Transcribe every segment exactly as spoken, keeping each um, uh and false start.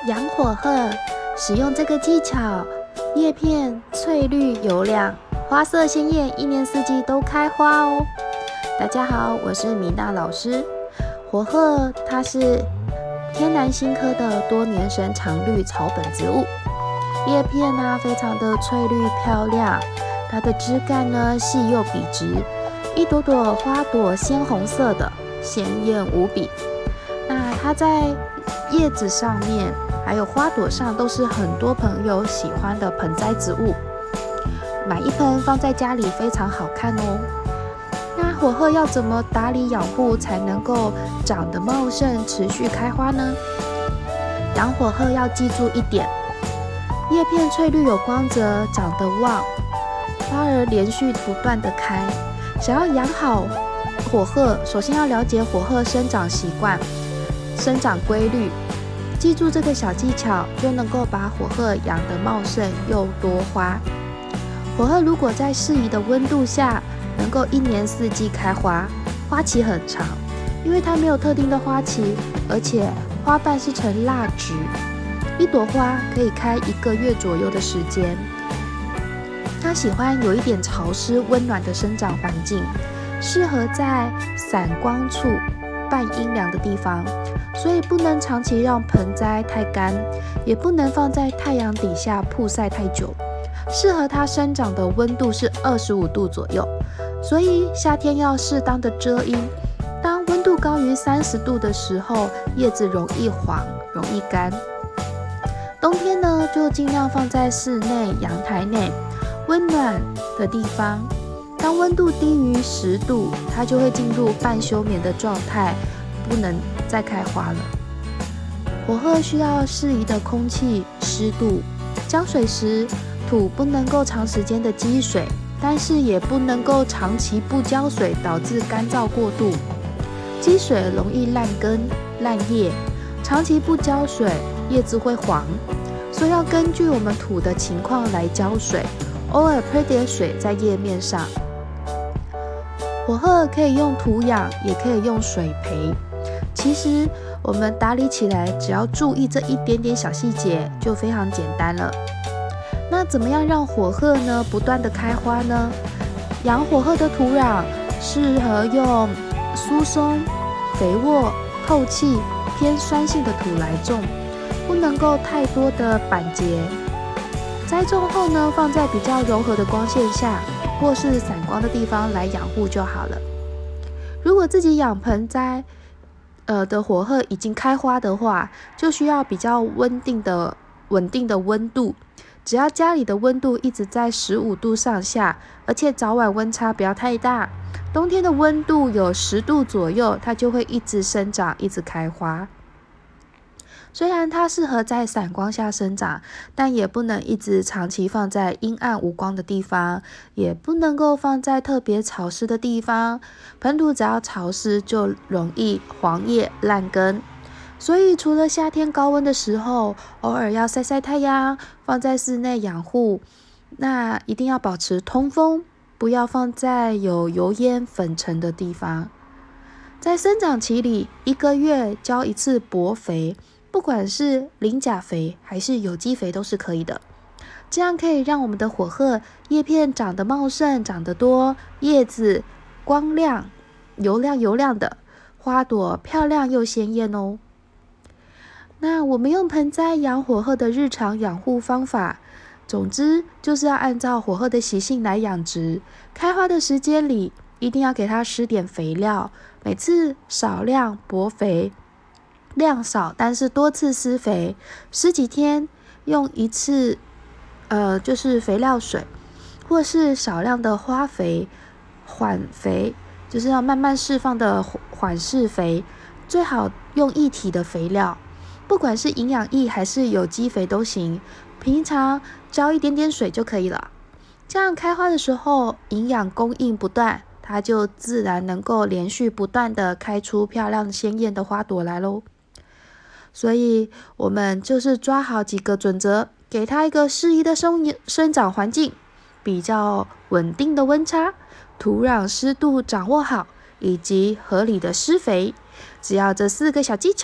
养火鹤，使用这个技巧，叶片翠绿油亮，花色鲜艳，一年四季都开花哦。大家好，我是米娜老师。火鹤它是天南星科的多年生常绿草本植物，叶片呢、啊、非常的翠绿漂亮，它的枝干呢细又笔直，一朵朵花朵鲜红色的，鲜艳无比。那它在叶子上面还有花朵上都是很多朋友喜欢的盆栽植物，买一盆放在家里非常好看哦。那火鹤要怎么打理养护才能够长得茂盛持续开花呢？养火鹤要记住一点，叶片翠绿有光泽，长得旺，花儿连续不断的开。想要养好火鹤，首先要了解火鹤生长习惯、生长规律，记住这个小技巧，就能够把火鹤养得茂盛又多花。火鹤如果在适宜的温度下，能够一年四季开花，花期很长，因为它没有特定的花期，而且花瓣是呈蜡质，一朵花可以开一个月左右的时间。它喜欢有一点潮湿温暖的生长环境，适合在散光处半阴凉的地方，所以不能长期让盆栽太干，也不能放在太阳底下曝晒太久。适合它生长的温度是二十五度左右，所以夏天要适当的遮阴。当温度高于三十度的时候，叶子容易黄，容易干。冬天呢，就尽量放在室内阳台内温暖的地方。当温度低于十度，它就会进入半休眠的状态，不能再开花了。火鹤需要适宜的空气湿度，浇水时土不能够长时间的积水，但是也不能够长期不浇水，导致干燥过度。积水容易烂根烂叶，长期不浇水，叶子会黄，所以要根据我们土的情况来浇水，偶尔喷点水在叶面上。火鹤可以用土养，也可以用水培。其实我们打理起来，只要注意这一点点小细节，就非常简单了。那怎么样让火鹤呢不断的开花呢？养火鹤的土壤适合用疏松、肥沃、透气、偏酸性的土来种，不能够太多的板结。栽种后呢，放在比较柔和的光线下，或是散光的地方来养护就好了。如果自己养盆栽，呃的火鹤已经开花的话，就需要比较稳定的、稳定的温度。只要家里的温度一直在十五度上下，而且早晚温差不要太大，冬天的温度有十度左右，它就会一直生长，一直开花。虽然它适合在散光下生长，但也不能一直长期放在阴暗无光的地方，也不能够放在特别潮湿的地方。盆土只要潮湿，就容易黄叶烂根。所以除了夏天高温的时候，偶尔要晒晒太阳，放在室内养护，那一定要保持通风，不要放在有油烟粉尘的地方。在生长期里，一个月浇一次薄肥，不管是磷钾肥还是有机肥都是可以的。这样可以让我们的火鹤叶片长得茂盛，长得多，叶子光亮油亮油亮的，花朵漂亮又鲜艳哦。那我们用盆栽养火鹤的日常养护方法，总之就是要按照火鹤的习性来养殖。开花的时间里，一定要给它施点肥料，每次少量薄肥，量少但是多次施肥，十几天用一次，呃，就是肥料水，或是少量的花肥、缓肥，就是要慢慢释放的缓释肥，最好用一体的肥料。不管是营养液还是有机肥都行，平常浇一点点水就可以了。这样开花的时候，营养供应不断，它就自然能够连续不断的开出漂亮鲜艳的花朵来咯。所以我们就是抓好几个准则，给它一个适宜的生生长环境，比较稳定的温差，土壤湿度掌握好，以及合理的施肥。只要这四个小技巧，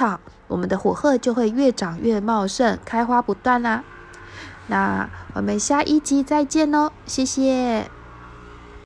我们的火鹤就会越长越茂盛，开花不断啦。那我们下一集再见哦，谢谢。